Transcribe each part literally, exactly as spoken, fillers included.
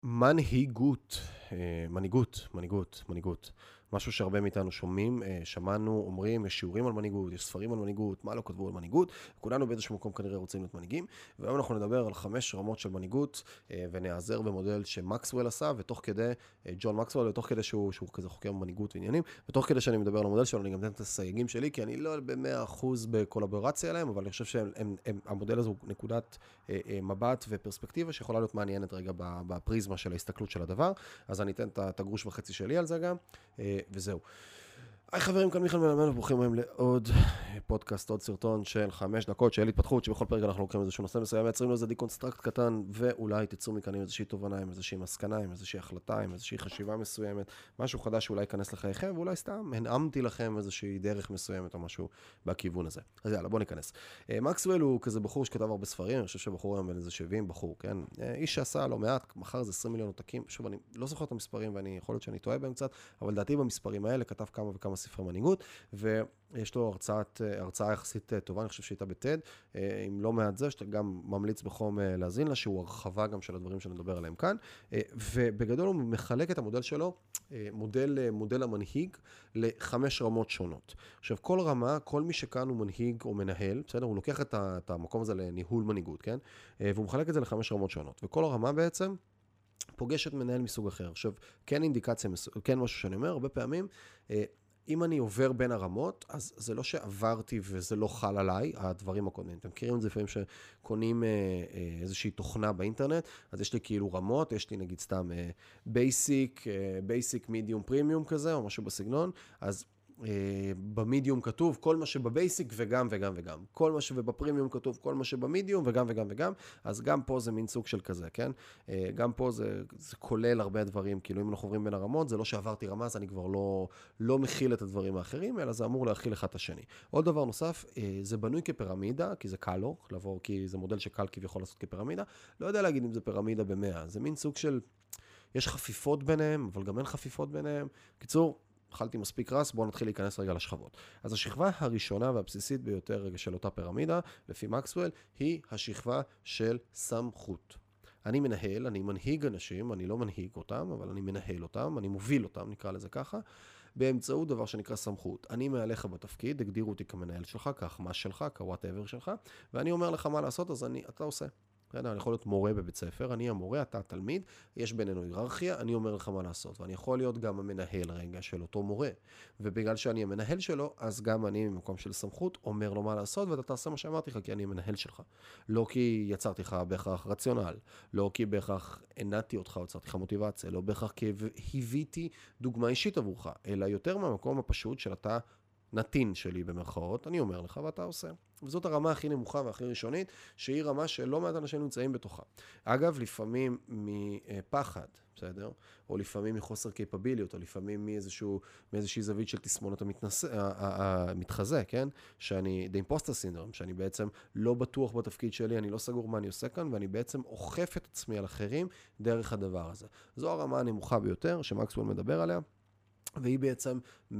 מנהיגות, מנהיגות, מנהיגות, מנהיגות. משהו שהרבה מאיתנו שומעים, שמענו, אומרים, יש שיעורים על מנהיגות, יש ספרים על מנהיגות, מה לא כתבו על מנהיגות, כולנו באיזשהו מקום כנראה רוצים להיות מנהיגים, והיום אנחנו נדבר על חמש רמות של מנהיגות, ונעזר במודל שמקסוול עשה, ותוך כדי, ג'ון מקסוול, ותוך כדי שהוא, שהוא כזה חוקר מנהיגות ועניינים, ותוך כדי שאני מדבר על המודל שלו, אני גם אתן את הסייגים שלי, כי אני לא ב-מאה אחוז בקולבורציה עליהם, אבל אני חושב שהמודל הזה הוא נקודת מבט ופרספקטיבה שיכולה להיות מעניינת רגע בפריזמה של ההסתכלות של הדבר. אז אני אתן את הגרוש וחצי שלי על זה גם, וזהו. היי חברים, כאן מיכאל מלמד, וברוכים היום לעוד פודקאסט, עוד סרטון של חמש דקות של התפתחות, שבכל פרק אנחנו לוקחים איזשהו נושא מסוים, מייצרים לו איזה דיקונסטרקט קטן, ואולי תצאו מכאן עם איזושהי תובנה, עם איזושהי מסקנה, עם איזושהי החלטה, עם איזושהי חשיבה מסוימת, משהו חדש שאולי ייכנס לחייכם, ואולי סתם הנעמתי לכם איזושהי דרך מסוימת או משהו בכיוון הזה. אז יאללה, בוא ניכנס. מקסוול הוא כזה בחור שכתב הרבה ספרים, אני חושב שבחור היום בין איזה שבעים בחור, כן? איש שעשה לא מעט, מחר איזה עשרים מיליון עותקים. שוב, אני לא זוכר את המספרים ואני יכול להיות שאני טועה בהם קצת, אבל לדעתי במספרים האלה כתב כמה וכמה ספרי מנהיגות, ויש לו הרצאת, הרצאה יחסית טובה, אני חושב שהייתה בטד, עם לא מעט זה, שאתה גם ממליץ בחום להזין לה, שהוא הרחבה גם של הדברים שנדבר עליהם כאן, ובגדול הוא מחלק את המודל שלו, מודל, מודל המנהיג, לחמש רמות שונות. עכשיו, כל רמה, כל מי שכאן הוא מנהיג או מנהל, בסדר? הוא לוקח את המקום הזה לניהול מנהיגות, כן? והוא מחלק את זה לחמש רמות שונות, וכל הרמה בעצם פוגשת מנהל מסוג אחר. עכשיו, כן אינדיקציה, כן משהו שאני אומר, הרבה פעמים, אם אני עובר בין הרמות, אז זה לא שעברתי וזה לא חל עליי, הדברים הקודמים. אתם מכירים את זה לפעמים שקונים איזושהי תוכנה באינטרנט, אז יש לי כאילו רמות, יש לי נגיד סתם בייסיק, בייסיק, מידיום, פרימיום כזה, או משהו בסגנון, אז במידיום כתוב כל מה שבבייסיק וגם וגם וגם. כל מה שבפרימיום כתוב כל מה שבמידיום וגם וגם וגם. אז גם פה זה מין סוג של כזה, כן? גם פה זה, זה כולל הרבה דברים, כאילו אם אנחנו עוברים בין הרמות, זה לא שעברתי רמה, אז אני כבר לא, לא מכיל את הדברים האחרים, אלא זה אמור להכיל אחד את השני. עוד דבר נוסף, זה בנוי כפירמידה, כי זה קל לו, לעבור, כי זה מודל שקל כביכול לעשות כפירמידה. לא יודע להגיד אם זה פירמידה במאה. זה מין סוג של, יש חפיפות ביניהם, אבל גם אין חפיפות ביניהם. קיצור, אכלתי מספיק רס, בואו נתחיל להיכנס רגע לשכבות. אז השכבה הראשונה והבסיסית ביותר רגע של אותה פירמידה, לפי מקסוול, היא השכבה של סמכות. אני מנהל, אני מנהיג אנשים, אני לא מנהיג אותם, אבל אני מנהל אותם, אני מוביל אותם, נקרא לזה ככה, באמצעות דבר שנקרא סמכות. אני מעליך בתפקיד, הגדירו אותי כמנהל שלך, כך מה שלך, כ-whatever שלך, ואני אומר לך מה לעשות, אז אני, אתה עושה. אני יכול להיות מורה בבית ספר, אני המורה, אתה התלמיד, יש בינינו היררכיה, אני אומר לך מה לעשות, ואני יכול להיות גם המנהל רגע של אותו מורה, ובגלל שאני המנהל שלו, אז גם אני במקום של סמכות אומר לו מה לעשות, ואתה תעשה מה שאמרתי לך, כי אני המנהל שלך. לא כי יצרתי לך בהכרח רציונל, לא כי בהכרח ענתי אותך, יצרתי לך מוטיבציה, לא בהכרח כי הבאתי דוגמה אישית עבורך, אלא יותר מהמקום הפשוט של אתה נתין שלי במרכאות, אני אומר לך ואתה עושה. וזאת הרמה הכי נמוכה והכי ראשונית, שהיא רמה שלא מעט אנשים נמצאים בתוכה. אגב, לפעמים מפחד, בסדר? או לפעמים מחוסר קייפביליות, או לפעמים מאיזשהו, מאיזושהי זווית של תסמונת המתחזה, כן? שאני, the imposter syndrome, שאני בעצם לא בטוח בתפקיד שלי, אני לא סגור מה אני עושה כאן, ואני בעצם אוכף את עצמי על אחרים דרך הדבר הזה. זו הרמה הנמוכה ביותר, שמקסוול מדבר עליה. והיא בעצם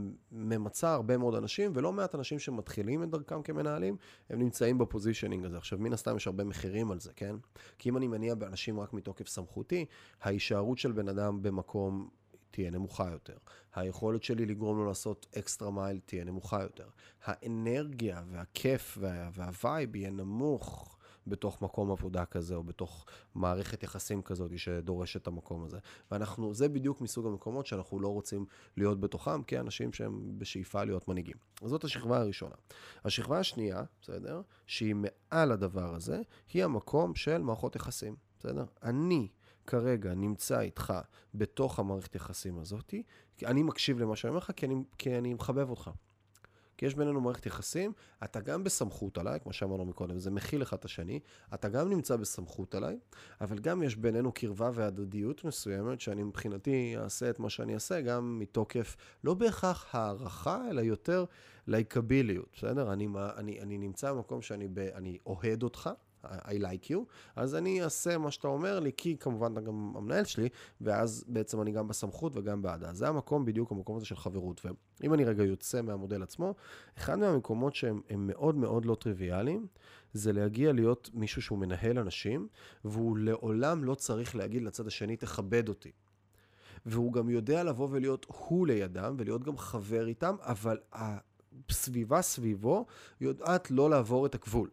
ממצא הרבה מאוד אנשים, ולא מעט אנשים שמתחילים את דרכם כמנהלים, הם נמצאים בפוזישנינג הזה. עכשיו, מן הסתם יש הרבה מחירים על זה, כן? כי אם אני מניע באנשים רק מתוקף סמכותי, ההישארות של בן אדם במקום תהיה נמוכה יותר. היכולת שלי לגרום לו לעשות אקסטרה מייל תהיה נמוכה יותר. האנרגיה והכיף וה, והווייב יהיה נמוך בתוך מקום עבודה כזה, או בתוך מערכת יחסים כזאת שדורשת את המקום הזה. ואנחנו, זה בדיוק מסוג המקומות שאנחנו לא רוצים להיות בתוכם, כאנשים שהם בשאיפה להיות מנהיגים. אז זאת השכבה הראשונה. השכבה השנייה, בסדר? שהיא מעל הדבר הזה, היא המקום של מערכות יחסים, בסדר? אני כרגע נמצא איתך בתוך המערכת יחסים הזאת, אני מקשיב למה שאני אומר לך, כי אני, כי אני מחבב אותך. כי יש בינינו מערכת יחסים, אתה גם בסמכות עליי, כמו שאמרנו מקודם, זה מכיל אחד את השני, אתה גם נמצא בסמכות עליי, אבל גם יש בינינו קרבה והדדיות מסוימת, שאני מבחינתי אעשה את מה שאני אעשה, גם מתוקף, לא בהכרח הערכה, אלא יותר לייקביליות, בסדר? אני, אני, אני נמצא במקום שאני ב, אני אוהד אותך, I like you, אז אני אעשה מה שאתה אומר לי, כי כמובן אתה גם המנהל שלי, ואז בעצם אני גם בסמכות וגם בעדה. זה המקום בדיוק, המקום הזה של חברות. ואם אני רגע יוצא מהמודל עצמו, אחד מהמקומות שהם מאוד מאוד לא טריוויאליים, זה להגיע להיות מישהו שהוא מנהל אנשים, והוא לעולם לא צריך להגיד לצד השני, תכבד אותי. והוא גם יודע לבוא ולהיות הוא לידם, ולהיות גם חבר איתם, אבל הסביבה סביבו יודעת לא לעבור את הגבול.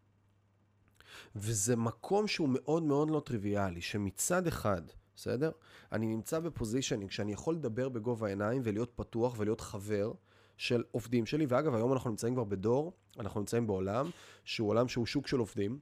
וזה מקום שהוא מאוד מאוד לא טריוויאלי, שמצד אחד, בסדר? אני נמצא בפוזישנינג, שאני יכול לדבר בגובה העיניים, ולהיות פתוח ולהיות חבר של עובדים שלי, ואגב, היום אנחנו נמצאים כבר בדור, אנחנו נמצאים בעולם, שהוא עולם שהוא שוק של עובדים,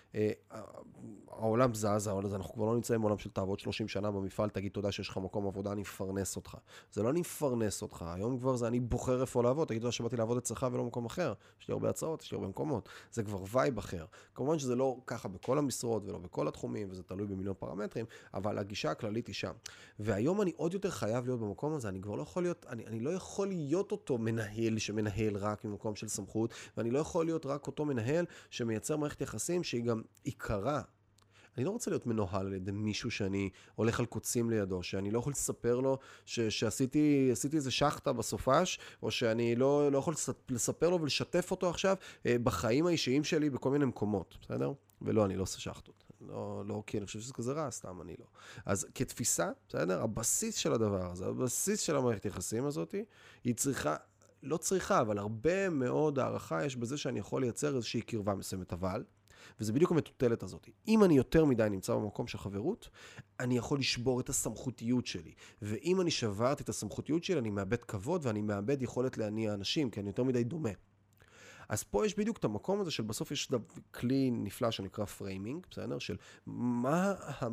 העולם זז, אז אנחנו כבר לא נמצאים בעולם של תעבוד שלושים שנה במפעל, תגיד תודה שיש לך מקום עבודה, אני מפרנס אותך. זה לא אני מפרנס אותך, היום כבר זה אני בוחר איפה לעבוד, תגיד תודה שבאתי לעבוד אצלך ולא במקום אחר. יש לי הרבה הצעות, יש לי הרבה מקומות. זה כבר וייב אחר. כמובן שזה לא ככה בכל המשרות ולא בכל התחומים, וזה תלוי במיליון פרמטרים, אבל הגישה הכללית היא שם. והיום אני עוד יותר חייב להיות במקום הזה, אני כבר לא יכול להיות, אני, אני לא יכול להיות אותו מנהל שמנהל רק ממקום של סמכות, ואני לא יכול להיות רק אותו מנהל שמייצר מערכת יחסים שהיא גם עיקרה. אני לא רוצה להיות מנוהל על ידי מישהו שאני הולך על קוצים לידו, שאני לא יכול לספר לו ש- שעשיתי עשיתי איזה שחטה בסופש, או שאני לא, לא יכול לספר לו ולשתף אותו עכשיו אה, בחיים האישיים שלי בכל מיני מקומות, בסדר? ולא, אני לא עושה שחטות. לא, לא, כי אני חושב שזה כזה רע, סתם אני לא. אז כתפיסה, בסדר? הבסיס של הדבר הזה, הבסיס של המערכת יחסים הזאת, היא צריכה, לא צריכה, אבל הרבה מאוד הערכה יש בזה שאני יכול לייצר איזושהי קרבה מסוימת, אבל וזה בדיוק המטוטלת הזאת. אם אני יותר מדי נמצא במקום של חברות, אני יכול לשבור את הסמכותיות שלי. ואם אני שברתי את הסמכותיות שלי, אני מאבד כבוד ואני מאבד יכולת להניע אנשים, כי אני יותר מדי דומה. אז פה יש בדיוק את המקום הזה של בסוף יש כלי נפלא שנקרא פריימינג, בסדר? של מה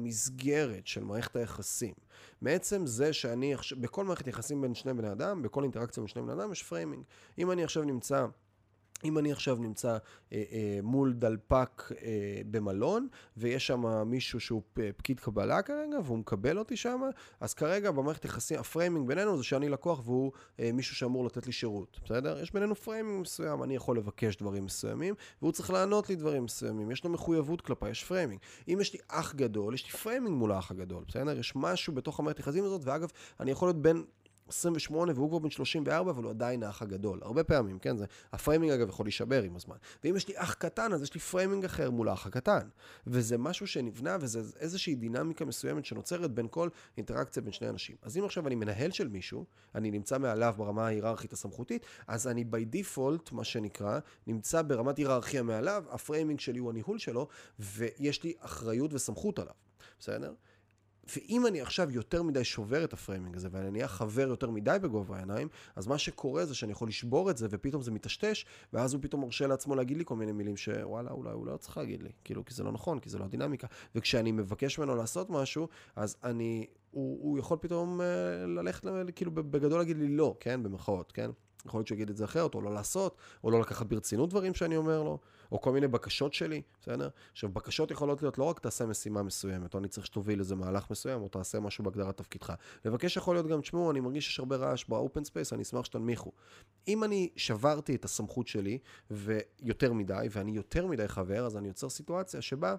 המסגרת של מערכת היחסים. מעצם זה שאני, בכל מערכת יחסים בין שני בני אדם, בכל אינטראקציה בין שני בני אדם, יש פריימינג. אם אני עכשיו נמצא... אם אני עכשיו נמצא אה, אה, מול דלפק אה, במלון, ויש שם מישהו שהוא פקיד קבלה כרגע, והוא מקבל אותי שם, אז כרגע במערכת יחסים, הפריימינג בינינו זה שאני לקוח, והוא אה, מישהו שאמור לתת לי שירות, בסדר? יש בינינו פריימינג מסוים, אני יכול לבקש דברים מסוימים, והוא צריך לענות לי דברים מסוימים, יש לו מחויבות כלפי, יש פריימינג. אם יש לי אח גדול, יש לי פריימינג מול האח הגדול, בסדר? יש משהו בתוך המערכת יחסים הזאת, ואגב, אני יכול להיות בין עשרים ושמונה והוא כבר בן שלושים וארבע, אבל הוא עדיין האח הגדול. הרבה פעמים, כן? זה, הפריימינג אגב יכול להישבר עם הזמן. ואם יש לי אח קטן, אז יש לי פריימינג אחר מול האח הקטן. וזה משהו שנבנה, וזה איזושהי דינמיקה מסוימת שנוצרת בין כל אינטראקציה בין שני אנשים. אז אם עכשיו אני מנהל של מישהו, אני נמצא מעליו ברמה ההיררכית הסמכותית, אז אני by default, מה שנקרא, נמצא ברמת היררכיה מעליו, הפריימינג שלי הוא הניהול שלו, ויש לי אחריות וסמכות עליו. בסדר? ואם אני עכשיו יותר מדי שובר את הפריימינג הזה, ואני נהיה חבר יותר מדי בגובה העיניים, אז מה שקורה זה שאני יכול לשבור את זה, ופתאום זה מתשתש, ואז הוא פתאום מרשה לעצמו להגיד לי כל מיני מילים שוואלה, אולי הוא לא צריך להגיד לי, כאילו, כי זה לא נכון, כי זה לא הדינמיקה. וכשאני מבקש ממנו לעשות משהו, אז אני, הוא, הוא יכול פתאום ללכת, כאילו, בגדול להגיד לי לא, כן, במחאות, כן? יכול להיות שיגיד את זה אחרת, או לא לעשות, או לא לקחת ברצינות דברים שאני אומר לו, או כל מיני בקשות שלי, בסדר? עכשיו, בקשות יכולות להיות לא רק תעשה משימה מסוימת, או אני צריך שתוביל איזה מהלך מסוים, או תעשה משהו בהגדרת תפקידך. לבקש יכול להיות גם, תשמעו, אני מרגיש שיש הרבה רעש באופן ספייס, אני אשמח שתנמיכו. אם אני שברתי את הסמכות שלי, ויותר מדי, ואני יותר מדי חבר, אז אני יוצר סיטואציה שבה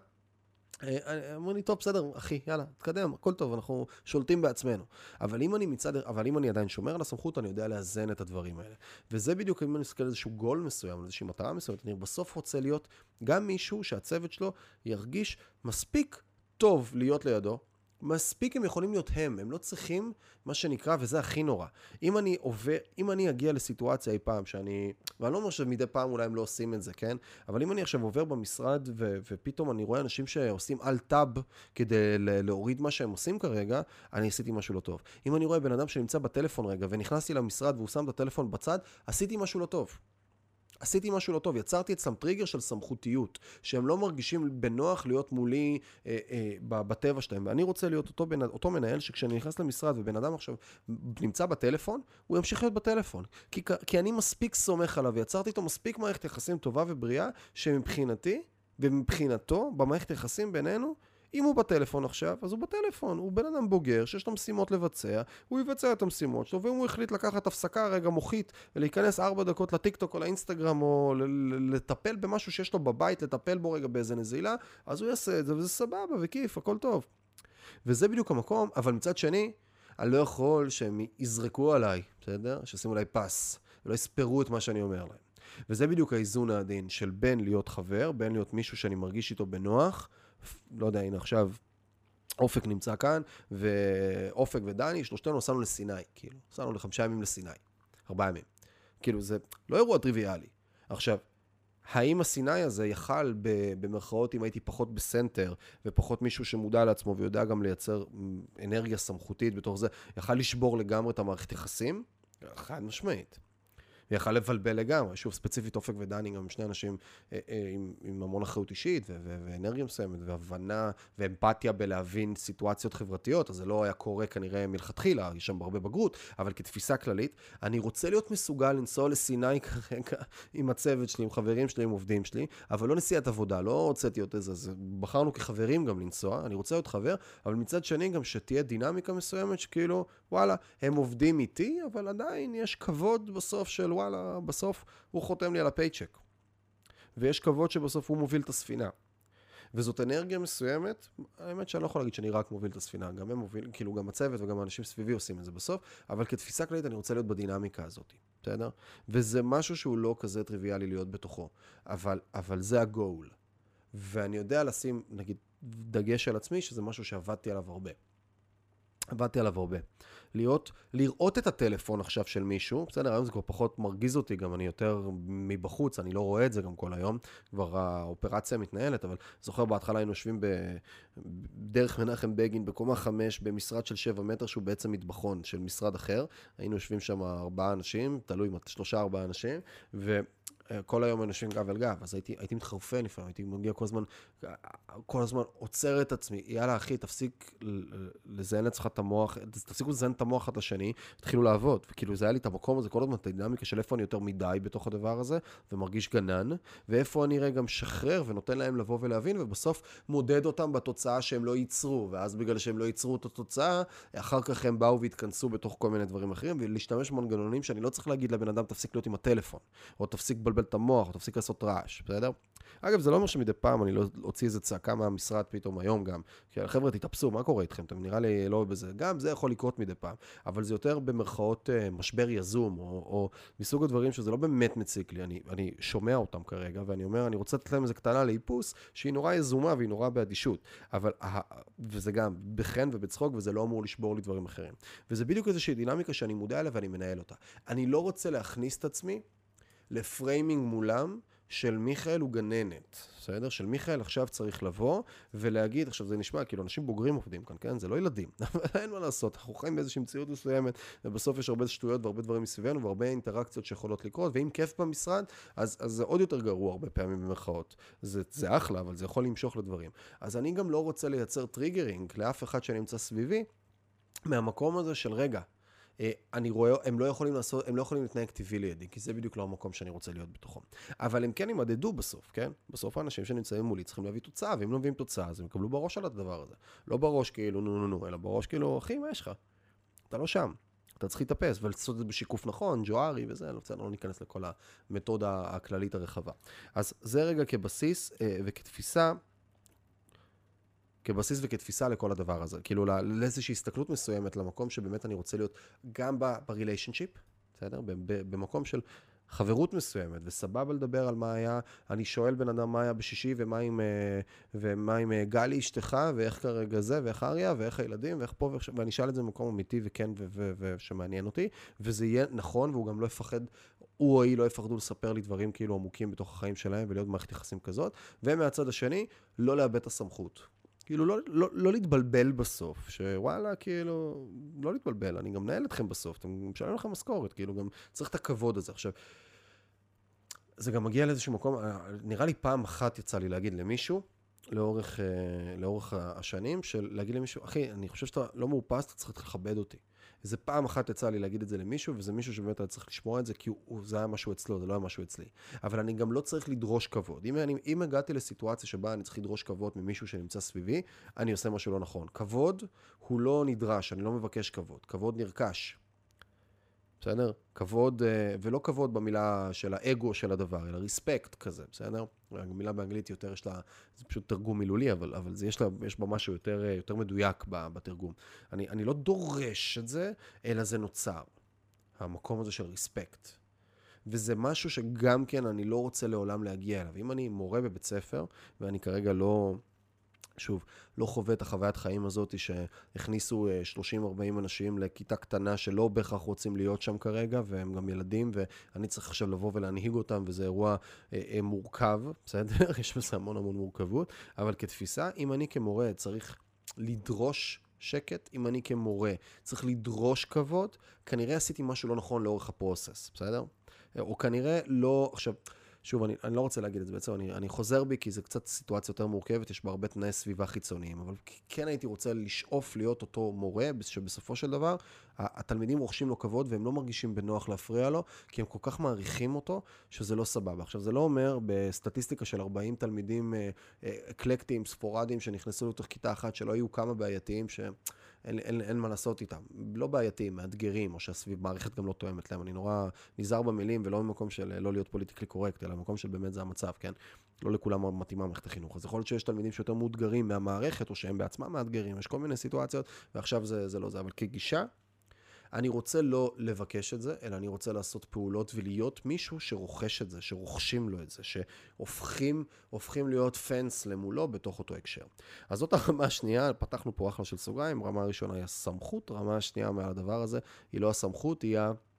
אמרו לי, טוב, בסדר, אחי, יאללה, תקדם, הכל טוב, אנחנו שולטים בעצמנו. אבל אם אני מצד, אבל אם אני עדיין שומר על הסמכות, אני יודע לאזן את הדברים האלה. וזה בדיוק, אם אני מסתכל על איזשהו גול מסוים, על איזושהי מטרה מסוימת, אני בסוף רוצה להיות גם מישהו שהצוות שלו ירגיש מספיק טוב להיות לידו, מספיק הם יכולים להיות הם, הם לא צריכים מה שנקרא, וזה הכי נורא. אם אני עובר, אם אני אגיע לסיטואציה אי פעם שאני, ואני לא אומר שמדי פעם אולי הם לא עושים את זה, כן? אבל אם אני עכשיו עובר במשרד ו- ופתאום אני רואה אנשים שעושים על טאב כדי להוריד מה שהם עושים כרגע, אני עשיתי משהו לא טוב. אם אני רואה בן אדם שנמצא בטלפון רגע ונכנסתי למשרד והוא שם את הטלפון בצד, עשיתי משהו לא טוב. עשיתי משהו לא טוב, יצרתי אצלם טריגר של סמכותיות, שהם לא מרגישים בנוח להיות מולי אה, אה, בטבע שלהם, ואני רוצה להיות אותו, בנ... אותו מנהל שכשאני נכנס למשרד ובן אדם עכשיו נמצא בטלפון, הוא ימשיך להיות בטלפון, כי, כי אני מספיק סומך עליו, ויצרתי איתו מספיק מערכת יחסים טובה ובריאה, שמבחינתי ומבחינתו, במערכת יחסים בינינו, אם הוא בטלפון עכשיו, אז הוא בטלפון, הוא בן אדם בוגר שיש לו משימות לבצע, הוא יבצע את המשימות שלו, ואם הוא החליט לקחת הפסקה רגע מוחית, ולהיכנס ארבע דקות לטיקטוק או לאינסטגרם, או לטפל במשהו שיש לו בבית, לטפל בו רגע באיזה נזילה, אז הוא יעשה את זה, וזה סבבה וכיף, הכל טוב. וזה בדיוק המקום, אבל מצד שני, אני לא יכול שהם יזרקו עליי, בסדר? שישימו עליי פס, ולא יספרו את מה שאני אומר להם. וזה בדיוק האיזון העדין של בין להיות חבר, בין להיות מישהו שאני מרגיש איתו בנוח, לא יודע, הנה עכשיו, אופק נמצא כאן, ואופק ודני, שלושתנו עשינו לסיני, כאילו, עשינו לחמישה ימים לסיני, ארבעה ימים. כאילו, זה לא אירוע טריוויאלי. עכשיו, האם הסיני הזה יכל במרכאות, אם הייתי פחות בסנטר, ופחות מישהו שמודע לעצמו, ויודע גם לייצר אנרגיה סמכותית בתוך זה, יכל לשבור לגמרי את המערכת יחסים? חד משמעית. ויכל לבלבל לגמרי, שוב, ספציפית אופק ודני, גם שני אנשים אה, אה, עם, עם המון אחריות אישית, ו- ו- ואנרגיה מסוימת, והבנה, ואמפתיה בלהבין סיטואציות חברתיות, אז זה לא היה קורה כנראה מלכתחילה, יש שם הרבה בגרות, אבל כתפיסה כללית, אני רוצה להיות מסוגל לנסוע לסיני כרגע עם הצוות שלי, עם חברים שלי, עם עובדים שלי, אבל לא נסיעת עבודה, לא רציתי להיות איזה, זה, בחרנו כחברים גם לנסוע, אני רוצה להיות חבר, אבל מצד שני גם שתהיה דינמיקה מסוימת, שכאילו, וואלה, הם עובדים איתי, אבל עדיין יש כבוד בסוף של וואלה, בסוף הוא חותם לי על הפייצ'ק. ויש כבוד שבסוף הוא מוביל את הספינה. וזאת אנרגיה מסוימת, האמת שאני לא יכול להגיד שאני רק מוביל את הספינה, גם הם מובילים, כאילו גם הצוות וגם האנשים סביבי עושים את זה בסוף, אבל כתפיסה כללית אני רוצה להיות בדינמיקה הזאת, בסדר? וזה משהו שהוא לא כזה טריוויאלי להיות בתוכו, אבל, אבל זה הגול. ואני יודע לשים, נגיד, דגש על עצמי, שזה משהו שעבדתי עליו הרבה. עבדתי עליו הרבה. להיות, לראות את הטלפון עכשיו של מישהו, בסדר, היום זה כבר פחות מרגיז אותי, גם אני יותר מבחוץ, אני לא רואה את זה גם כל היום, כבר האופרציה מתנהלת, אבל זוכר בהתחלה היינו יושבים בדרך מנחם בגין, בקומה חמש, במשרד של שבע מטר, שהוא בעצם מטבחון של משרד אחר, היינו יושבים שם ארבעה אנשים, תלוי, שלושה ארבעה אנשים, ו... כל היום אנשים גב אל גב, אז הייתי, הייתי מתחרפן לפעמים, הייתי מגיע כל הזמן, כל הזמן עוצר את עצמי, יאללה אחי, תפסיק לזיין אצלך את המוח, תפסיקו לזיין את המוח עד לשני, תתחילו לעבוד, וכאילו זה היה לי את המקום הזה, כל הזמן את הדינמיקה של איפה אני יותר מדי בתוך הדבר הזה, ומרגיש גנן, ואיפה אני רגע משחרר ונותן להם לבוא ולהבין, ובסוף מודד אותם בתוצאה שהם לא ייצרו, ואז בגלל שהם לא ייצרו את התוצאה, אחר כך הם באו והתכנסו בתוך כל מיני דברים אחרים, ולהשתמש במנגנונים שאני לא צריך להגיד לבן אדם, תפסיק להיות עם הטלפון, או תפסיק בלבל את המוח, או תפסיק לעשות רעש, בסדר? אגב, זה לא אומר שמדי פעם אני לא אוציא איזה צעקה מהמשרד פתאום היום גם, כי חבר'ה, תתאפסו, מה קורה איתכם? אתם נראה לי לא בזה, גם זה יכול לקרות מדי פעם, אבל זה יותר במרכאות משבר יזום, או, או מסוג הדברים שזה לא באמת מציק לי, אני, אני שומע אותם כרגע, ואני אומר, אני רוצה לתת להם איזה קטנה לאיפוס, שהיא נורא יזומה והיא נורא באדישות, אבל, וזה גם בחן ובצחוק, וזה לא אמור לשבור לי דברים אחרים. וזה בדיוק איזושהי דינמיקה שאני מודע אליה ואני מנהל אותה. אני לא רוצה להכניס את עצמי לפריימינג מולם של מיכאל הוא גננת, בסדר? של מיכאל עכשיו צריך לבוא ולהגיד, עכשיו זה נשמע, כאילו אנשים בוגרים עובדים כאן, כן? זה לא ילדים, אבל אין מה לעשות, אנחנו חיים באיזושהי מציאות מסוימת, ובסוף יש הרבה שטויות והרבה דברים מסביבנו, והרבה אינטראקציות שיכולות לקרות, ואם כיף במשרד, אז, אז זה עוד יותר גרוע הרבה פעמים במרכאות. זה, זה אחלה, אבל זה יכול למשוך לדברים. אז אני גם לא רוצה לייצר טריגרינג לאף אחד שנמצא סביבי, מהמקום הזה של רגע, אני רואה, הם לא יכולים לעשות, הם לא יכולים להתנהג טבעי לידי, כי זה בדיוק לא המקום שאני רוצה להיות בתוכו. אבל הם כן ימדדו בסוף, כן? בסוף האנשים שנמצאים מולי צריכים להביא תוצאה, ואם לא מביאים תוצאה, אז הם יקבלו בראש על הדבר הזה. לא בראש כאילו, נו, נו, נו, אלא בראש כאילו, אחי, מה יש לך? אתה לא שם. אתה צריך להתאפס, ולעשות את זה בשיקוף נכון, ג'וארי וזה, לא רוצה, לא ניכנס לכל המתודה הכללית הרחבה. אז זה רגע כבסיס וכתפיסה, כבסיס וכתפיסה לכל הדבר הזה, כאילו לאיזושהי הסתכלות מסוימת למקום שבאמת אני רוצה להיות גם בריליישנשיפ, בסדר? במקום של חברות מסוימת, וסבבה לדבר על מה היה, אני שואל בן אדם מה היה בשישי, ומה עם, ומה עם גלי אשתך, ואיך כרגע זה, ואיך אריה, ואיך הילדים, ואיך פה, ואני אשאל את זה במקום אמיתי וכן, ושמעניין אותי, וזה יהיה נכון, והוא גם לא יפחד, הוא או היא לא יפחדו לספר לי דברים כאילו עמוקים בתוך החיים שלהם, ולהיות במערכת יחסים כזאת, ומהצד השני, לא לאבד את הסמכות. כאילו, לא, לא, לא להתבלבל בסוף, שוואלה, כאילו, לא להתבלבל, אני גם מנהל אתכם בסוף, אתם משלם לכם משכורת, כאילו, גם צריך את הכבוד הזה. עכשיו, זה גם מגיע לאיזשהו מקום, נראה לי פעם אחת יצא לי להגיד למישהו, לאורך, אה, לאורך השנים, של להגיד למישהו, אחי, אני חושב שאתה לא מאופס, אתה צריך לכבד אותי. איזה פעם אחת יצא לי להגיד את זה למישהו, וזה מישהו שבאמת היה צריך לשמוע את זה, כי הוא, זה היה משהו אצלו, זה לא היה משהו אצלי. אבל אני גם לא צריך לדרוש כבוד. אם, אני, אם הגעתי לסיטואציה שבה אני צריך לדרוש כבוד ממישהו שנמצא סביבי, אני עושה משהו לא נכון. כבוד הוא לא נדרש, אני לא מבקש כבוד. כבוד נרכש. בסדר? כבוד, ולא כבוד במילה של האגו של הדבר, אלא ריספקט כזה, בסדר? המילה באנגלית יותר יש לה, זה פשוט תרגום מילולי, אבל, אבל זה יש לה, יש בה משהו יותר, יותר מדויק בתרגום. אני, אני לא דורש את זה, אלא זה נוצר. המקום הזה של ריספקט. וזה משהו שגם כן אני לא רוצה לעולם להגיע אליו. אם אני מורה בבית ספר, ואני כרגע לא... שוב, לא חווה את החוויית חיים הזאת שהכניסו שלושים ארבעים אנשים לכיתה קטנה שלא בהכרח רוצים להיות שם כרגע, והם גם ילדים, ואני צריך עכשיו לבוא ולהנהיג אותם, וזה אירוע אה, מורכב, בסדר? יש בזה המון המון מורכבות, אבל כתפיסה, אם אני כמורה צריך לדרוש שקט, אם אני כמורה צריך לדרוש כבוד, כנראה עשיתי משהו לא נכון לאורך הפרוסס, בסדר? או כנראה לא, עכשיו... שוב, אני, אני לא רוצה להגיד את זה בעצם, אני, אני חוזר בי כי זה קצת סיטואציה יותר מורכבת, יש בה הרבה תנאי סביבה חיצוניים, אבל כן הייתי רוצה לשאוף להיות אותו מורה, שבסופו של דבר, התלמידים רוכשים לו כבוד, והם לא מרגישים בנוח להפריע לו, כי הם כל כך מעריכים אותו, שזה לא סבבה. עכשיו, זה לא אומר בסטטיסטיקה של ארבעים תלמידים אקלקטיים, ספורדיים, שנכנסו לתוך כיתה אחת, שלא היו כמה בעייתיים, ש... אין, אין, אין מה לעשות איתם. לא בעייתיים, מאתגרים, או שהסביב מערכת גם לא תואמת להם. אני נורא נזהר במילים, ולא במקום של לא להיות פוליטיקלי קורקט, אלא במקום של באמת זה המצב, כן? לא לכולם מתאימה מערכת החינוך. אז יכול להיות שיש תלמידים שיותר מאותגרים מהמערכת, או שהם בעצמם מאתגרים, יש כל מיני סיטואציות, ועכשיו זה, זה לא זה. אבל כגישה, אני רוצה לא לבקש את זה, אלא אני רוצה לעשות פעולות ולהיות מישהו שרוכש את זה, שרוכשים לו את זה, שהופכים הופכים להיות פנס למולו בתוך אותו הקשר. אז זאת הרמה השנייה, פתחנו פה אחלה של סוגריים, רמה הראשונה היא הסמכות, רמה השנייה מעל הדבר הזה היא לא הסמכות, היא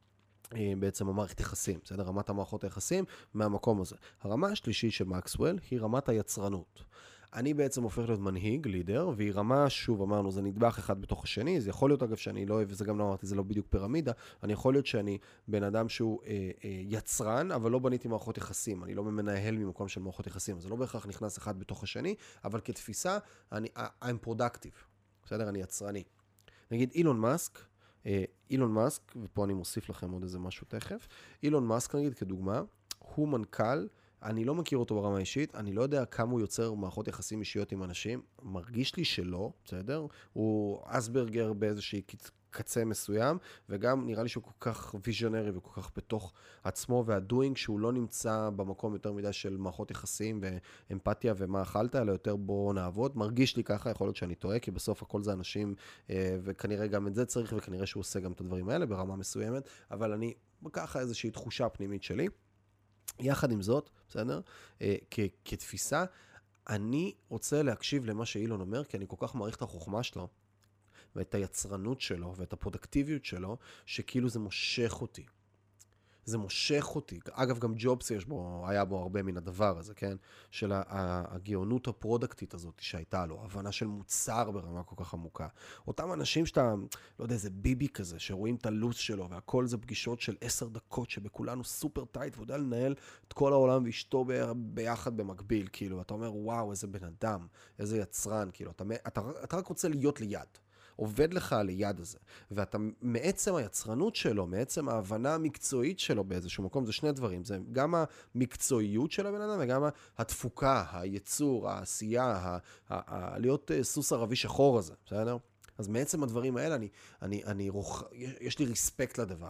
בעצם המערכת יחסים, בסדר? רמת המערכות היחסים מהמקום הזה. הרמה השלישית של מקסוול היא רמת היצרנות. אני בעצם הופך להיות מנהיג, לידר, והיא רמה, שוב אמרנו, זה נדבך אחד בתוך השני, זה יכול להיות אגב שאני לא אוהב, וזה גם לא אמרתי, זה לא בדיוק פירמידה, אני יכול להיות שאני בן אדם שהוא אה, אה, יצרן, אבל לא בניתי מערכות יחסים, אני לא מנהל ממקום של מערכות יחסים, זה לא בהכרח נכנס אחד בתוך השני, אבל כתפיסה, אני, I'm productive, בסדר? אני יצרני. נגיד אילון מאסק, אה, אילון מאסק, ופה אני מוסיף לכם עוד איזה משהו תכף, אילון מאסק נגיד כדוגמה, הוא מנכ"ל, אני לא מכיר אותו ברמה אישית, אני לא יודע כמה הוא יוצר מערכות יחסים אישיות עם אנשים, מרגיש לי שלא, בסדר? הוא אסברגר באיזושהי קצה מסוים, וגם נראה לי שהוא כל כך ויז'נרי וכל כך בתוך עצמו והדוינג, שהוא לא נמצא במקום יותר מדי של מערכות יחסים ואמפתיה ומה אכלת, אלא יותר בוא נעבוד. מרגיש לי ככה, יכול להיות שאני טועה, כי בסוף הכל זה אנשים, וכנראה גם את זה צריך, וכנראה שהוא עושה גם את הדברים האלה ברמה מסוימת, אבל אני ככה איזושהי תחושה פנימית שלי. יחד עם זאת, בסדר? כ- כתפיסה, אני רוצה להקשיב למה שאילון אומר, כי אני כל כך מעריך את החוכמה שלו, ואת היצרנות שלו, ואת הפרודקטיביות שלו, שכאילו זה מושך אותי. זה מושך אותי. אגב, גם ג'ובס יש בו, היה בו הרבה מן הדבר הזה, כן? של הגאונות הפרודקטית הזאת שהייתה לו, הבנה של מוצר ברמה כל כך עמוקה. אותם אנשים שאתה, לא יודע, זה ביבי כזה, שרואים את הלו"ז שלו, והכל זה פגישות של עשר דקות, שבכולנו סופר טייט, ויודע לנהל את כל העולם ואשתו ביחד במקביל, כאילו. אתה אומר, וואו, איזה בן אדם, איזה יצרן, כאילו. אתה, אתה, אתה רק רוצה להיות ליד. עובד לך על היד הזה, ואתה מעצם היצרנות שלו, מעצם ההבנה המקצועית שלו באיזשהו מקום, זה שני דברים, זה גם המקצועיות של הבן אדם, וגם התפוקה, היצור, העשייה, ה- ה- ה- להיות סוס ערבי שחור הזה, בסדר? אז מעצם הדברים האלה, אני, אני, אני רוח, יש לי ריספקט לדבר.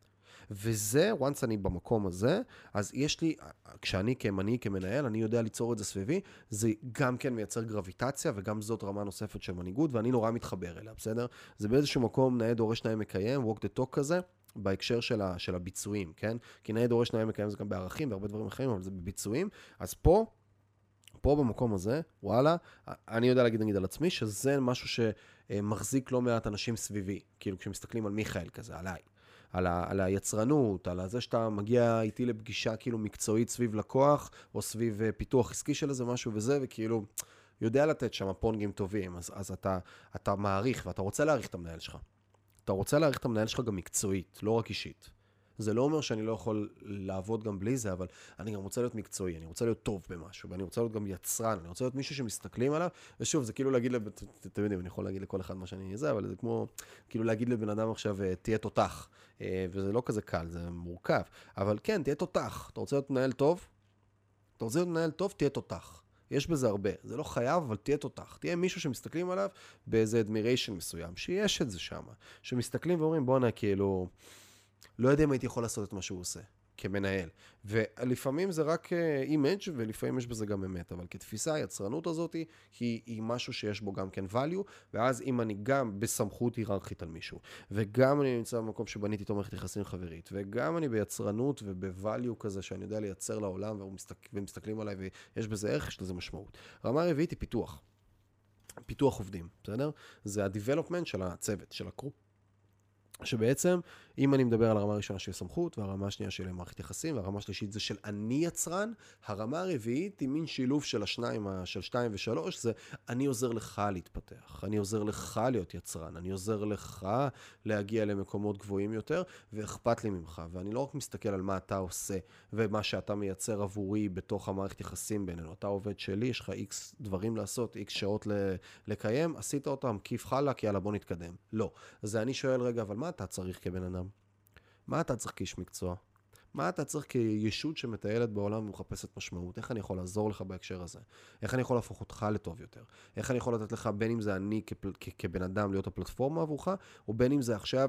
וזה, once אני במקום הזה, אז יש לי, כשאני כמנהיג, כמנהל, אני יודע ליצור את זה סביבי, זה גם כן מייצר גרביטציה, וגם זאת רמה נוספת של מנהיגות, ואני נורא מתחבר אליה, בסדר? זה באיזשהו מקום נאה דורש נאה מקיים, walk the talk כזה, בהקשר של, ה, של הביצועים, כן? כי נאה דורש נאה מקיים זה גם בערכים, והרבה דברים אחרים, אבל זה בביצועים. אז פה, פה במקום הזה, וואלה, אני יודע להגיד נגיד על עצמי, שזה משהו שמחזיק לא מעט אנשים סביבי, כאילו כשמסתכלים על מיכאל כזה, עליי. על, ה, על היצרנות, על זה שאתה מגיע איתי לפגישה כאילו מקצועית סביב לקוח, או סביב פיתוח עסקי של איזה משהו וזה, וכאילו יודע לתת שם פונגים טובים, אז, אז אתה, אתה מעריך, ואתה רוצה להעריך את המנהל שלך. אתה רוצה להעריך את המנהל שלך גם מקצועית, לא רק אישית. זה לא אומר שאני לא יכול לעבוד גם בלי זה, אבל אני גם רוצה להיות מקצועי, אני רוצה להיות טוב במשהו, ואני רוצה להיות גם יצרן, אני רוצה להיות מישהו שמסתכלים עליו, ושוב, זה כאילו להגיד, אתם יודעים, אני יכול להגיד לכל אחד מה שאני זה, אבל זה כמו, כאילו להגיד לבן אדם עכשיו, תהיה תותח, וזה לא כזה קל, זה מורכב, אבל כן, תהיה תותח, אתה רוצה להיות מנהל טוב? אתה רוצה להיות מנהל טוב, תהיה תותח. יש בזה הרבה, זה לא חייב, אבל תהיה תותח. תהיה מישהו שמסתכלים עליו באיזה admiration מסוים, שיש את זה שם, שמסתכלים ואומרים, בוא נה, כאילו, לא יודע אם הייתי יכול לעשות את מה שהוא עושה, כמנהל. ולפעמים זה רק אימג' ולפעמים יש בזה גם אמת, אבל כתפיסה, היצרנות הזאת היא, היא משהו שיש בו גם כן value, ואז אם אני גם בסמכות היררכית על מישהו, וגם אני נמצא במקום שבניתי איתו מערכת יחסים חברית, וגם אני ביצרנות וב-value כזה שאני יודע לייצר לעולם, ומסתכלים עליי ויש בזה ערך, יש לזה משמעות. רמה רביעית היא פיתוח. פיתוח עובדים, בסדר? זה ה-development של הצוות, של הקרו. שבעצם, אם אני מדבר על הרמה הראשונה של סמכות, והרמה השנייה של מערכת יחסים, והרמה השלישית זה של אני יצרן, הרמה הרביעית היא מין שילוב של השניים, של שתיים ושלוש, זה אני עוזר לך להתפתח, אני עוזר לך להיות יצרן, אני עוזר לך להגיע למקומות גבוהים יותר, ואכפת לי ממך, ואני לא רק מסתכל על מה אתה עושה, ומה שאתה מייצר עבורי בתוך המערכת יחסים בינינו, אתה עובד שלי, יש לך איקס דברים לעשות, איקס שעות לקיים, עשית אותם, כיף חלק, יאללה בוא נתקדם. לא. אז אני שואל רגע, אבל מה אתה צריך כבן אדם? מה אתה צריך כאיש מקצוע? מה אתה צריך כישות שמטיילת בעולם ומחפשת משמעות? איך אני יכול לעזור לך בהקשר הזה? איך אני יכול להפוך אותך לטוב יותר? איך אני יכול לתת לך, בין אם זה אני כפל, כ- כבן אדם להיות הפלטפורמה עבורך, או בין אם זה עכשיו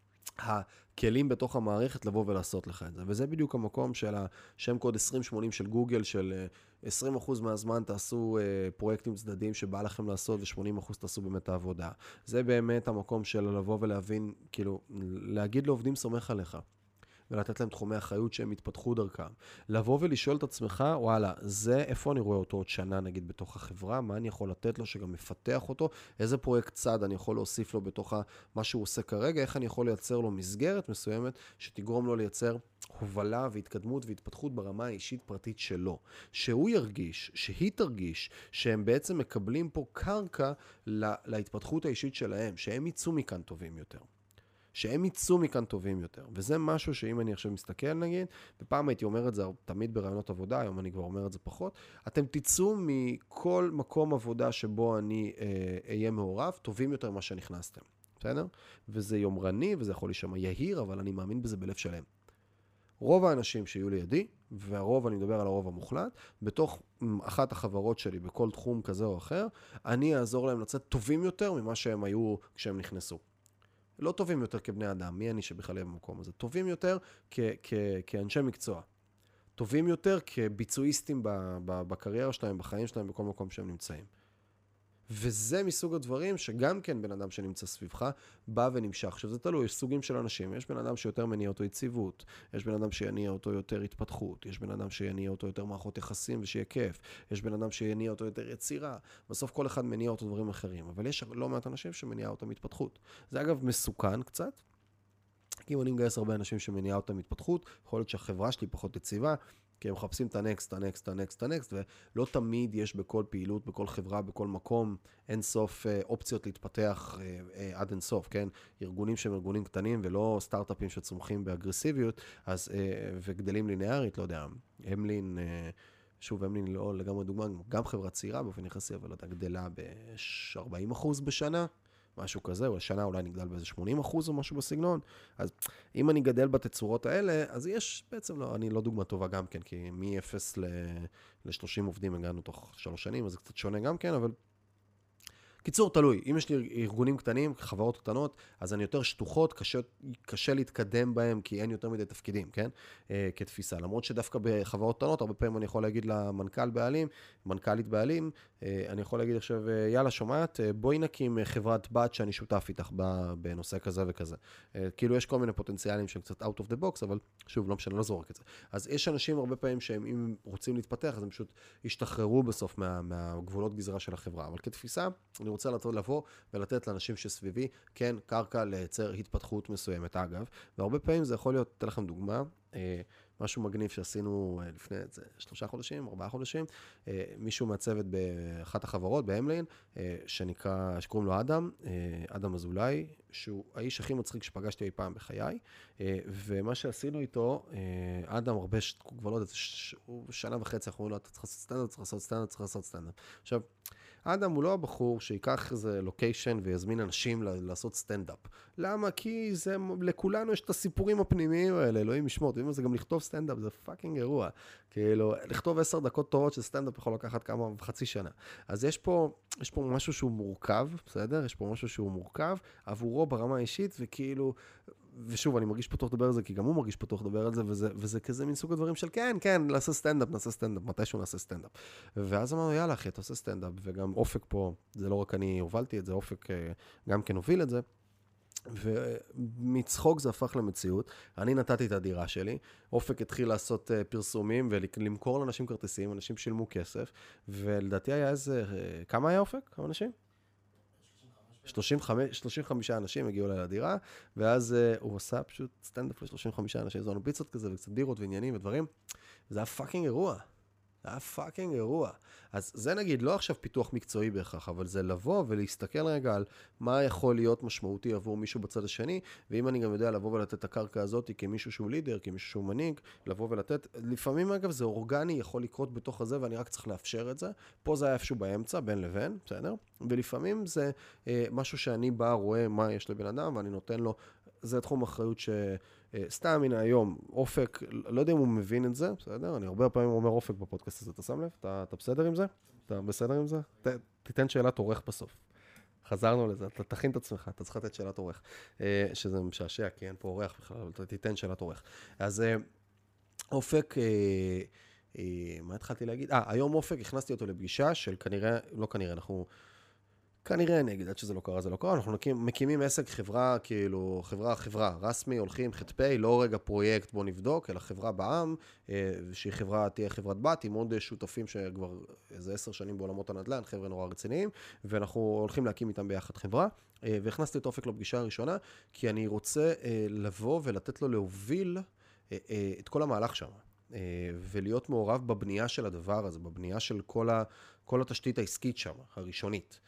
הכלים בתוך המערכת לבוא ולעשות לך את זה. וזה בדיוק המקום של השם קוד עשרים שמונים של גוגל, של עשרים אחוז מהזמן תעשו פרויקטים צדדיים שבא לכם לעשות, ו-שמונים אחוז תעשו באמת העבודה. זה באמת המקום של לבוא ולהבין, כאילו, להגיד לעובדים סומך עליך. ולתת להם תחומי אחריות שהם יתפתחו דרכם. לבוא ולשאול את עצמך, וואלה, זה איפה אני רואה אותו עוד שנה, נגיד, בתוך החברה, מה אני יכול לתת לו שגם מפתח אותו, איזה פרויקט צד אני יכול להוסיף לו בתוך מה שהוא עושה כרגע, איך אני יכול לייצר לו מסגרת מסוימת, שתגרום לו לייצר הובלה והתקדמות והתפתחות ברמה האישית פרטית שלו. שהוא ירגיש, שהיא תרגיש, שהם בעצם מקבלים פה קרקע להתפתחות האישית שלהם, שהם יצאו מכאן טובים יותר. שהם יצאו מכאן טובים יותר. וזה משהו שאם אני עכשיו מסתכל נגיד, ופעם הייתי אומר את זה תמיד ברעיונות עבודה, היום אני כבר אומר את זה פחות, אתם תצאו מכל מקום עבודה שבו אני אהיה אה, מעורב, טובים יותר ממה שנכנסתם. בסדר? וזה יומרני, וזה יכול להישמע יהיר, אבל אני מאמין בזה בלב שלם. רוב האנשים שיהיו לידי, והרוב, אני מדבר על הרוב המוחלט, בתוך אחת החברות שלי, בכל תחום כזה או אחר, אני אעזור להם לצאת טובים יותר ממה שהם היו כשהם נכנסו. לא טובים יותר כבני אדם, מי אני שבכלל יהיה במקום הזה? טובים יותר כ- כ- כאנשי מקצוע. טובים יותר כביצועיסטים בקריירה שלהם, בחיים שלהם, בכל מקום שהם נמצאים. וזה מסוג הדברים שגם כן בן אדם שנמצא סביבך בא ונמשך. עכשיו זה תלוי, יש סוגים של אנשים. יש בן אדם שיותר מניע אותו יציבות, יש בן אדם שיניע אותו יותר התפתחות, יש בן אדם שיניע אותו יותר מערכות יחסים ושיהיה כיף, יש בן אדם שיניע אותו יותר יצירה. בסוף כל אחד מניע אותו דברים אחרים, אבל יש לא מעט אנשים שמניע אותם התפתחות. זה אגב מסוכן קצת, כי אם אני מגייס הרבה אנשים שמניע אותם התפתחות, יכול להיות שהחברה שלי פחות יציבה, כי הם מחפשים את הנקסט, הנקסט, הנקסט, הנקסט, ולא תמיד יש בכל פעילות, בכל חברה, בכל מקום, אין סוף אופציות להתפתח עד אין סוף, כן? ארגונים שהם ארגונים קטנים ולא סטארט-אפים שצומחים באגרסיביות, אז, וגדלים לינארית, לא יודע, המלין, שוב, המלין לא לגמרי דוגמה, גם חברה צעירה באופן יחסי, אבל אתה גדלה ב-ארבעים אחוז בשנה, משהו כזה, או השנה אולי נגדל באיזה שמונים אחוז או משהו בסגנון. אז אם אני גדל בתצורות האלה, אז יש בעצם, לא, אני לא דוגמה טובה גם כן, כי מ-אפס ל-שלושים עובדים הגענו תוך שלוש שנים, אז זה קצת שונה גם כן, אבל קיצור, תלוי. אם יש לי ארגונים קטנים, חברות קטנות, אז אני יותר שטוחות, קשה, קשה להתקדם בהם, כי אין יותר מדי תפקידים, כן? אה, כתפיסה. למרות שדווקא בחברות קטנות, הרבה פעמים אני יכול להגיד למנכ"ל בעלים, מנכ"לית בעלים, אה, אני יכול להגיד עכשיו, יאללה, שומעת, בואי נקים חברת בת שאני שותף איתך בנושא כזה וכזה. אה, כאילו יש כל מיני פוטנציאלים שהם קצת out of the box, אבל שוב, לא משנה, לא זורק את זה. אז יש אנשים הרבה פעמים שהם, אם רוצים להתפתח, אז הם פשוט ישתחררו בסוף מה, מהגבולות גזרה של החברה. אבל כתפיסה, אני רוצה לבוא ולתת לאנשים שסביבי, כן, קרקע לייצר התפתחות מסוימת, אגב, והרבה פעמים זה יכול להיות, אתן לכם דוגמה, משהו מגניב שעשינו לפני איזה שלושה חודשים, ארבעה חודשים, מישהו מהצוות באחת החברות, באמליין, שנקרא, שקוראים לו אדם, אדם אזולאי, שהוא האיש הכי מצחיק שפגשתי אי פעם בחיי, ומה שעשינו איתו, אדם הרבה, כבר לא יודע, שנה וחצי, אנחנו אומרים לו, אתה צריך לעשות סטנדאפ, צריך לעשות סטנדאפ, צריך לעשות סטנדאפ. עכשיו, אדם הוא לא הבחור שיקח איזה לוקיישן ויזמין אנשים לעשות סטנדאפ. למה? כי זה, לכולנו יש את הסיפורים הפנימיים האלה, אלוהים ישמור, ואם זה גם לכתוב סטנדאפ, זה פאקינג אירוע. כאילו, לכתוב עשר דקות טובות של סטנדאפ יכול לקחת כמה חצי שנה. אז יש פה, יש פה משהו שהוא מורכב, בסדר? יש פה משהו שהוא מורכב, עבורו ברמה האישית, וכאילו, ושוב, אני מרגיש פתוח לדבר על זה, כי גם הוא מרגיש פתוח לדבר על זה, וזה, וזה כזה מין סוג הדברים של, כן, כן, נעשה סטנדאפ, נעשה סטנדאפ, מתישהו נעשה סטנדאפ. ואז אמרנו, יאללה, אחי, אתה עושה סטנדאפ, וגם אופק פה, זה לא רק אני הובלתי את זה, אופק גם כן הוביל את זה, ומצחוק זה הפך למציאות. אני נתתי את הדירה שלי, אופק התחיל לעשות פרסומים, ולמכור לאנשים כרטיסים, אנשים שילמו כסף, ולדעתי היה איזה, כמה היה אופק? כמה אנשים? שלושים וחמישה אנשים הגיעו אליי לדירה, ואז uh, הוא עושה פשוט סטנדאפ ל-שלושים וחמישה אנשים, זו לנו פיצות כזה, וקצת בירות ועניינים ודברים. זה היה פאקינג אירוע. זה היה פאקינג אירוע. אז זה נגיד, לא עכשיו פיתוח מקצועי בהכרח, אבל זה לבוא ולהסתכל רגע על מה יכול להיות משמעותי עבור מישהו בצד השני, ואם אני גם יודע לבוא ולתת את הקרקע הזאת כמישהו שהוא לידר, כמישהו שהוא מנהיג, לבוא ולתת, לפעמים אגב זה אורגני, יכול לקרות בתוך הזה, ואני רק צריך לאפשר את זה. פה זה היה איפשהו באמצע, בין לבין, בסדר? ולפעמים זה אה, משהו שאני בא, רואה מה יש לבן אדם, ואני נותן לו, זה תחום אחריות ש... סתם, הנה היום, אופק, לא יודע אם הוא מבין את זה, בסדר? אני הרבה פעמים אומר אופק בפודקאסט הזה, אתה שם לב? אתה, אתה בסדר עם זה? אתה בסדר עם זה? ת, תיתן שאלת עורך בסוף. חזרנו לזה, אתה תכין את עצמך, אתה צריך לתת שאלת עורך, שזה משעשע, כי אין פה עורך בכלל, אבל אתה תיתן שאלת עורך. אז אופק, מה התחלתי להגיד? אה, היום אופק, הכנסתי אותו לפגישה של כנראה, לא כנראה, אנחנו... כנראה נגיד, עד שזה לא קרה, זה לא קרה, אנחנו מקימים עסק חברה, כאילו, חברה, חברה, רסמי, הולכים, חטפי, לא רגע פרויקט, בוא נבדוק, אלא חברה בעם, שהיא חברה, תהיה חברת בת, עם עוד שותפים שכבר איזה עשר שנים בעולמות הנדל"ן, חבר'ה נורא רציניים, ואנחנו הולכים להקים איתם ביחד חברה, והכנסתי את אופק לפגישה הראשונה, כי אני רוצה לבוא ולתת לו להוביל את כל המהלך שם, ולהיות מעורב בבנייה של הדבר הזה, בבנייה של כל ה... כל התשתית העסקית שם, הראשונית.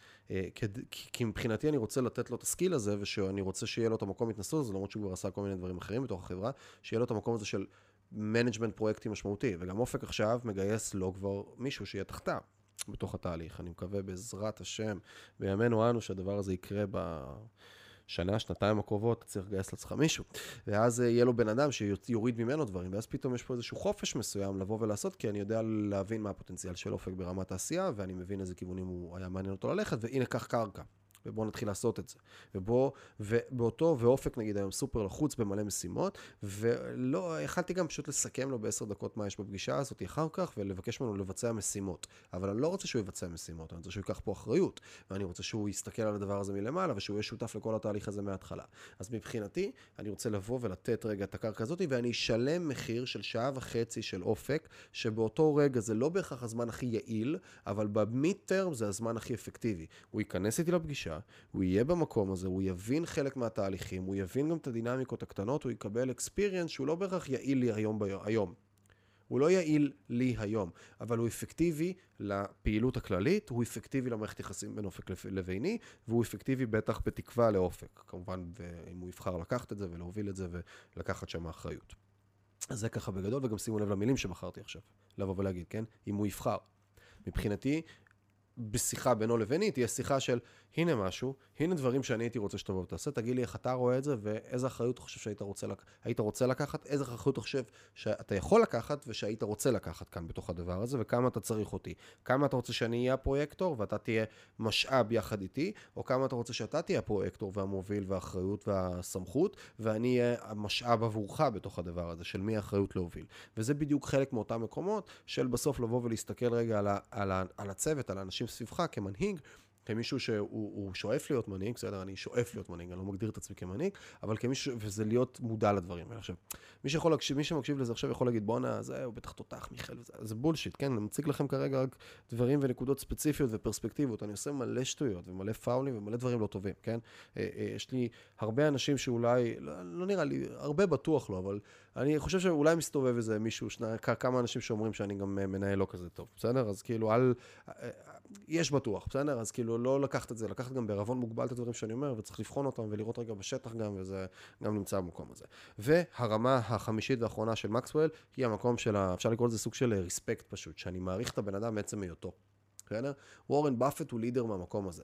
כי מבחינתי אני רוצה לתת לו את הסקיל הזה, ושאני רוצה שיהיה לו את המקום התנסות, אז למרות שהוא כבר עשה כל מיני דברים אחרים בתוך החברה, שיהיה לו את המקום הזה של מנג'מנט פרויקטי משמעותי, וגם אופק עכשיו מגייס לו כבר מישהו שיהיה תחתה בתוך התהליך. אני מקווה בעזרת השם, בימינו אנו שהדבר הזה יקרה ב... שנה, שנתיים הקרובות, צריך לגייס לעצמך מישהו. ואז יהיה לו בן אדם שיוריד ממנו דברים, ואז פתאום יש פה איזשהו חופש מסוים לבוא ולעשות, כי אני יודע להבין מה הפוטנציאל של אופק ברמת העשייה, ואני מבין איזה כיוונים הוא היה מעניין אותו ללכת, והנה כך קרקע. ובואו נתחיל לעשות את זה. ובוא, ובאותו, ואופק נגיד היום סופר לחוץ במלא משימות, ולא, יכלתי גם פשוט לסכם לו בעשר דקות מה יש בפגישה הזאת אחר כך, ולבקש ממנו לבצע משימות. אבל אני לא רוצה שהוא יבצע משימות, אני רוצה שהוא ייקח פה אחריות, ואני רוצה שהוא יסתכל על הדבר הזה מלמעלה, ושהוא יהיה שותף לכל התהליך הזה מההתחלה. אז מבחינתי, אני רוצה לבוא ולתת רגע את הקרקע הזאת, ואני אשלם מחיר של שעה וחצי של אופק, שבאותו רגע זה לא בהכרח הזמן הכי יעיל, אבל במיד-טרם זה הזמן הכי אפקטיבי. הוא ייכנס איתי לפגישה, הוא יהיה במקום הזה, הוא יבין חלק מהתהליכים, הוא יבין גם את הדינמיקות הקטנות, הוא יקבל אקספיריאנס שהוא לא בהכרח יעיל לי היום ביום. הוא לא יעיל לי היום, אבל הוא אפקטיבי לפעילות הכללית, הוא אפקטיבי למערכת יחסים בין אופק לביני, והוא אפקטיבי בטח בתקווה לאופק. כמובן, אם הוא יבחר לקחת את זה ולהוביל את זה ולקחת שם האחריות. אז זה ככה בגדול, וגם שימו לב למילים שבחרתי עכשיו, לבוא ולהגיד, כן? אם הוא יבחר. מבחינתי, בשיחה בינו לביני, תהיה שיחה של, הנה משהו, הנה דברים שאני הייתי רוצה שתבוא ותעשה, תגיד לי איך אתה רואה את זה, ואיזה אחריות אתה חושב שהיית רוצה, לק... היית רוצה לקחת, איזה אחריות אתה חושב שאתה יכול לקחת, ושהיית רוצה לקחת כאן בתוך הדבר הזה, וכמה אתה צריך אותי. כמה אתה רוצה שאני אהיה הפרויקטור, ואתה תהיה משאב יחד איתי, או כמה אתה רוצה שאתה תהיה הפרויקטור, והמוביל, והאחריות, והסמכות, ואני אהיה המשאב עבורך בתוך הדבר הזה, של מי האחריות להוביל. וזה בדיוק חלק מאותם מקומות, של בסוף לבוא ולהסתכל רגע על, ה... על, ה... על הצוות, על האנשים סביבך כמנהיג, כמישהו שהוא הוא שואף להיות מנהיג, בסדר, אני שואף להיות מנהיג, אני לא מגדיר את עצמי כמנהיג, אבל כמישהו, וזה להיות מודע לדברים האלה. עכשיו, מי שיכול להקשיב, מי שמקשיב לזה עכשיו יכול להגיד, בואנה, זה, הוא בטח תותח, מיכאל, וזה, זה בולשיט, כן? אני מציג לכם כרגע רק דברים ונקודות ספציפיות ופרספקטיבות, אני עושה מלא שטויות ומלא פאולים ומלא דברים לא טובים, כן? יש לי הרבה אנשים שאולי, לא, לא נראה לי, הרבה בטוח לא, אבל אני חושב שאולי מסתובב איזה מישהו, שני, כמה אנשים שאומרים שאני גם מנהל לא כזה טוב, בסדר? אז כאילו, על, יש בטוח, בסדר? אז כאילו, לא לקחת את זה, לקחת גם בערבון מוגבל את הדברים שאני אומר, וצריך לבחון אותם ולראות רגע בשטח גם, וזה גם נמצא במקום הזה. והרמה החמישית והאחרונה של מקסוול, היא המקום של, אפשר לקרוא לזה סוג של ריספקט פשוט, שאני מעריך את הבן אדם בעצם מהיותו. בסדר? וורן באפט הוא לידר מהמקום הזה.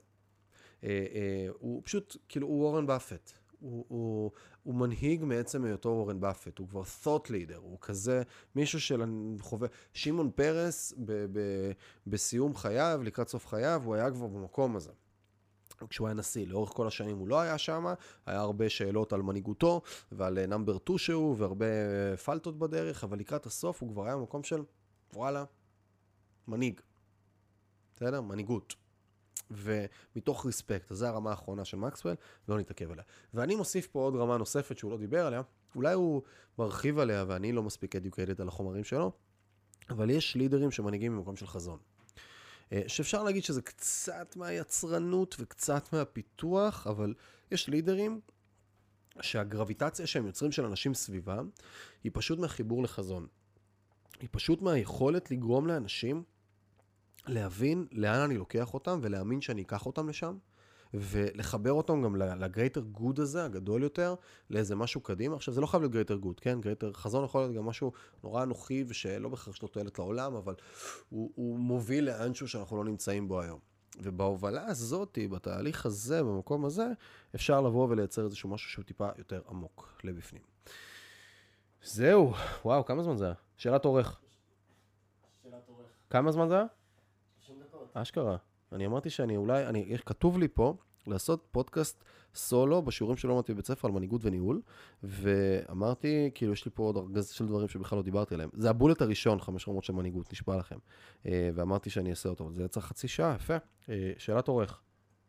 הוא פשוט, כאילו, הוא וורן באפט. הוא, הוא, הוא מנהיג מעצם היותו וורן באפט, הוא כבר thought leader, הוא כזה מישהו של חווה, שמעון פרס ב, ב, בסיום חייו, לקראת סוף חייו, הוא היה כבר במקום הזה. כשהוא היה נשיא, לאורך כל השנים הוא לא היה שם, היה הרבה שאלות על מנהיגותו ועל נאמבר טו שהוא והרבה פלטות בדרך, אבל לקראת הסוף הוא כבר היה במקום של, וואלה, מנהיג. בסדר? מנהיגות. ומתוך ריספקט, אז זו הרמה האחרונה של מקסוול, לא נתעכב עליה. ואני מוסיף פה עוד רמה נוספת שהוא לא דיבר עליה, אולי הוא מרחיב עליה ואני לא מספיק educated על החומרים שלו, אבל יש לידרים שמנהיגים במקום של חזון. שאפשר להגיד שזה קצת מהיצרנות וקצת מהפיתוח, אבל יש לידרים שהגרביטציה שהם יוצרים של אנשים סביבם, היא פשוט מהחיבור לחזון. היא פשוט מהיכולת לגרום לאנשים להבין לאן אני לוקח אותם, ולהאמין שאני אקח אותם לשם, ולחבר אותם גם לגרייטר גוד הזה, הגדול יותר, לאיזה משהו קדימה. עכשיו, זה לא חייב להיות גרייטר גוד, כן? גרייטר חזון יכול להיות גם משהו נורא אנוכי, ושלא בכך שלא תועלת לעולם, אבל הוא, הוא מוביל לאנשהו שאנחנו לא נמצאים בו היום. ובהובלה הזאת, בתהליך הזה, במקום הזה, אפשר לבוא ולייצר איזשהו משהו שהוא טיפה יותר עמוק לבפנים. זהו, וואו, כמה זמן זה היה? שאלת עורך. שאלת עורך. כמה זמן זה היה? שלושים דקות. אשכרה. אני אמרתי שאני אולי, אני, כתוב לי פה לעשות פודקאסט סולו בשיעורים שלא למדתי בבית ספר על מנהיגות וניהול, ואמרתי, כאילו יש לי פה עוד ארגז של דברים שבכלל לא דיברתי עליהם. זה הבולט הראשון, חמש רמות של מנהיגות, נשבע לכם. ואמרתי שאני אעשה אותו, אבל זה יצא חצי שעה, יפה. שאלת עורך.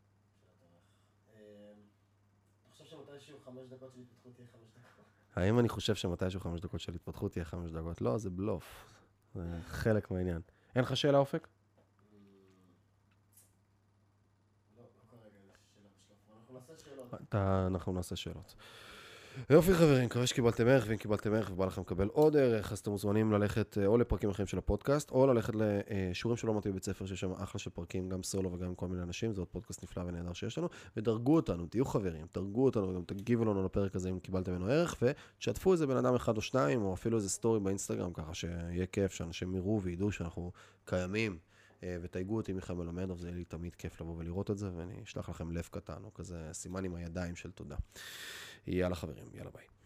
אתה חושב שמתישהו חמש דקות של התפתחות תהיה חמש דקות? האם אני חושב שמתישהו חמש דקות של התפתחות תהיה חמש דקות? לא, זה בלוף. זה חלק מהעניין. אין לך שאלה, אופק? אנחנו נעשה שאלות. יופי חברים, מקווה שקיבלתם ערך, ואם קיבלתם ערך ובא לכם לקבל עוד ערך, אז אתם מוזמנים ללכת או לפרקים אחרים של הפודקאסט, או ללכת לשיעורים שלא למדתי בבית ספר, שיש שם אחלה של פרקים, גם סולו וגם כל מיני אנשים, זה עוד פודקאסט נפלא ונהדר שיש לנו, ודרגו אותנו, תהיו חברים, דרגו אותנו, וגם תגיבו לנו לפרק הזה אם קיבלתם ממנו ערך, ותשתפו איזה בן אדם אחד או שניים, או אפילו איזה סטורי באינסטגרם, ככה שיהיה כיף, שאנשים יראו וידעו שאנחנו קיימים. ותייגו אותי מיכאל מלמדוב, זה יהיה לי תמיד כיף לבוא ולראות את זה, ואני אשלח לכם לב קטן, או כזה סימן עם הידיים של תודה. יאללה חברים, יאללה ביי.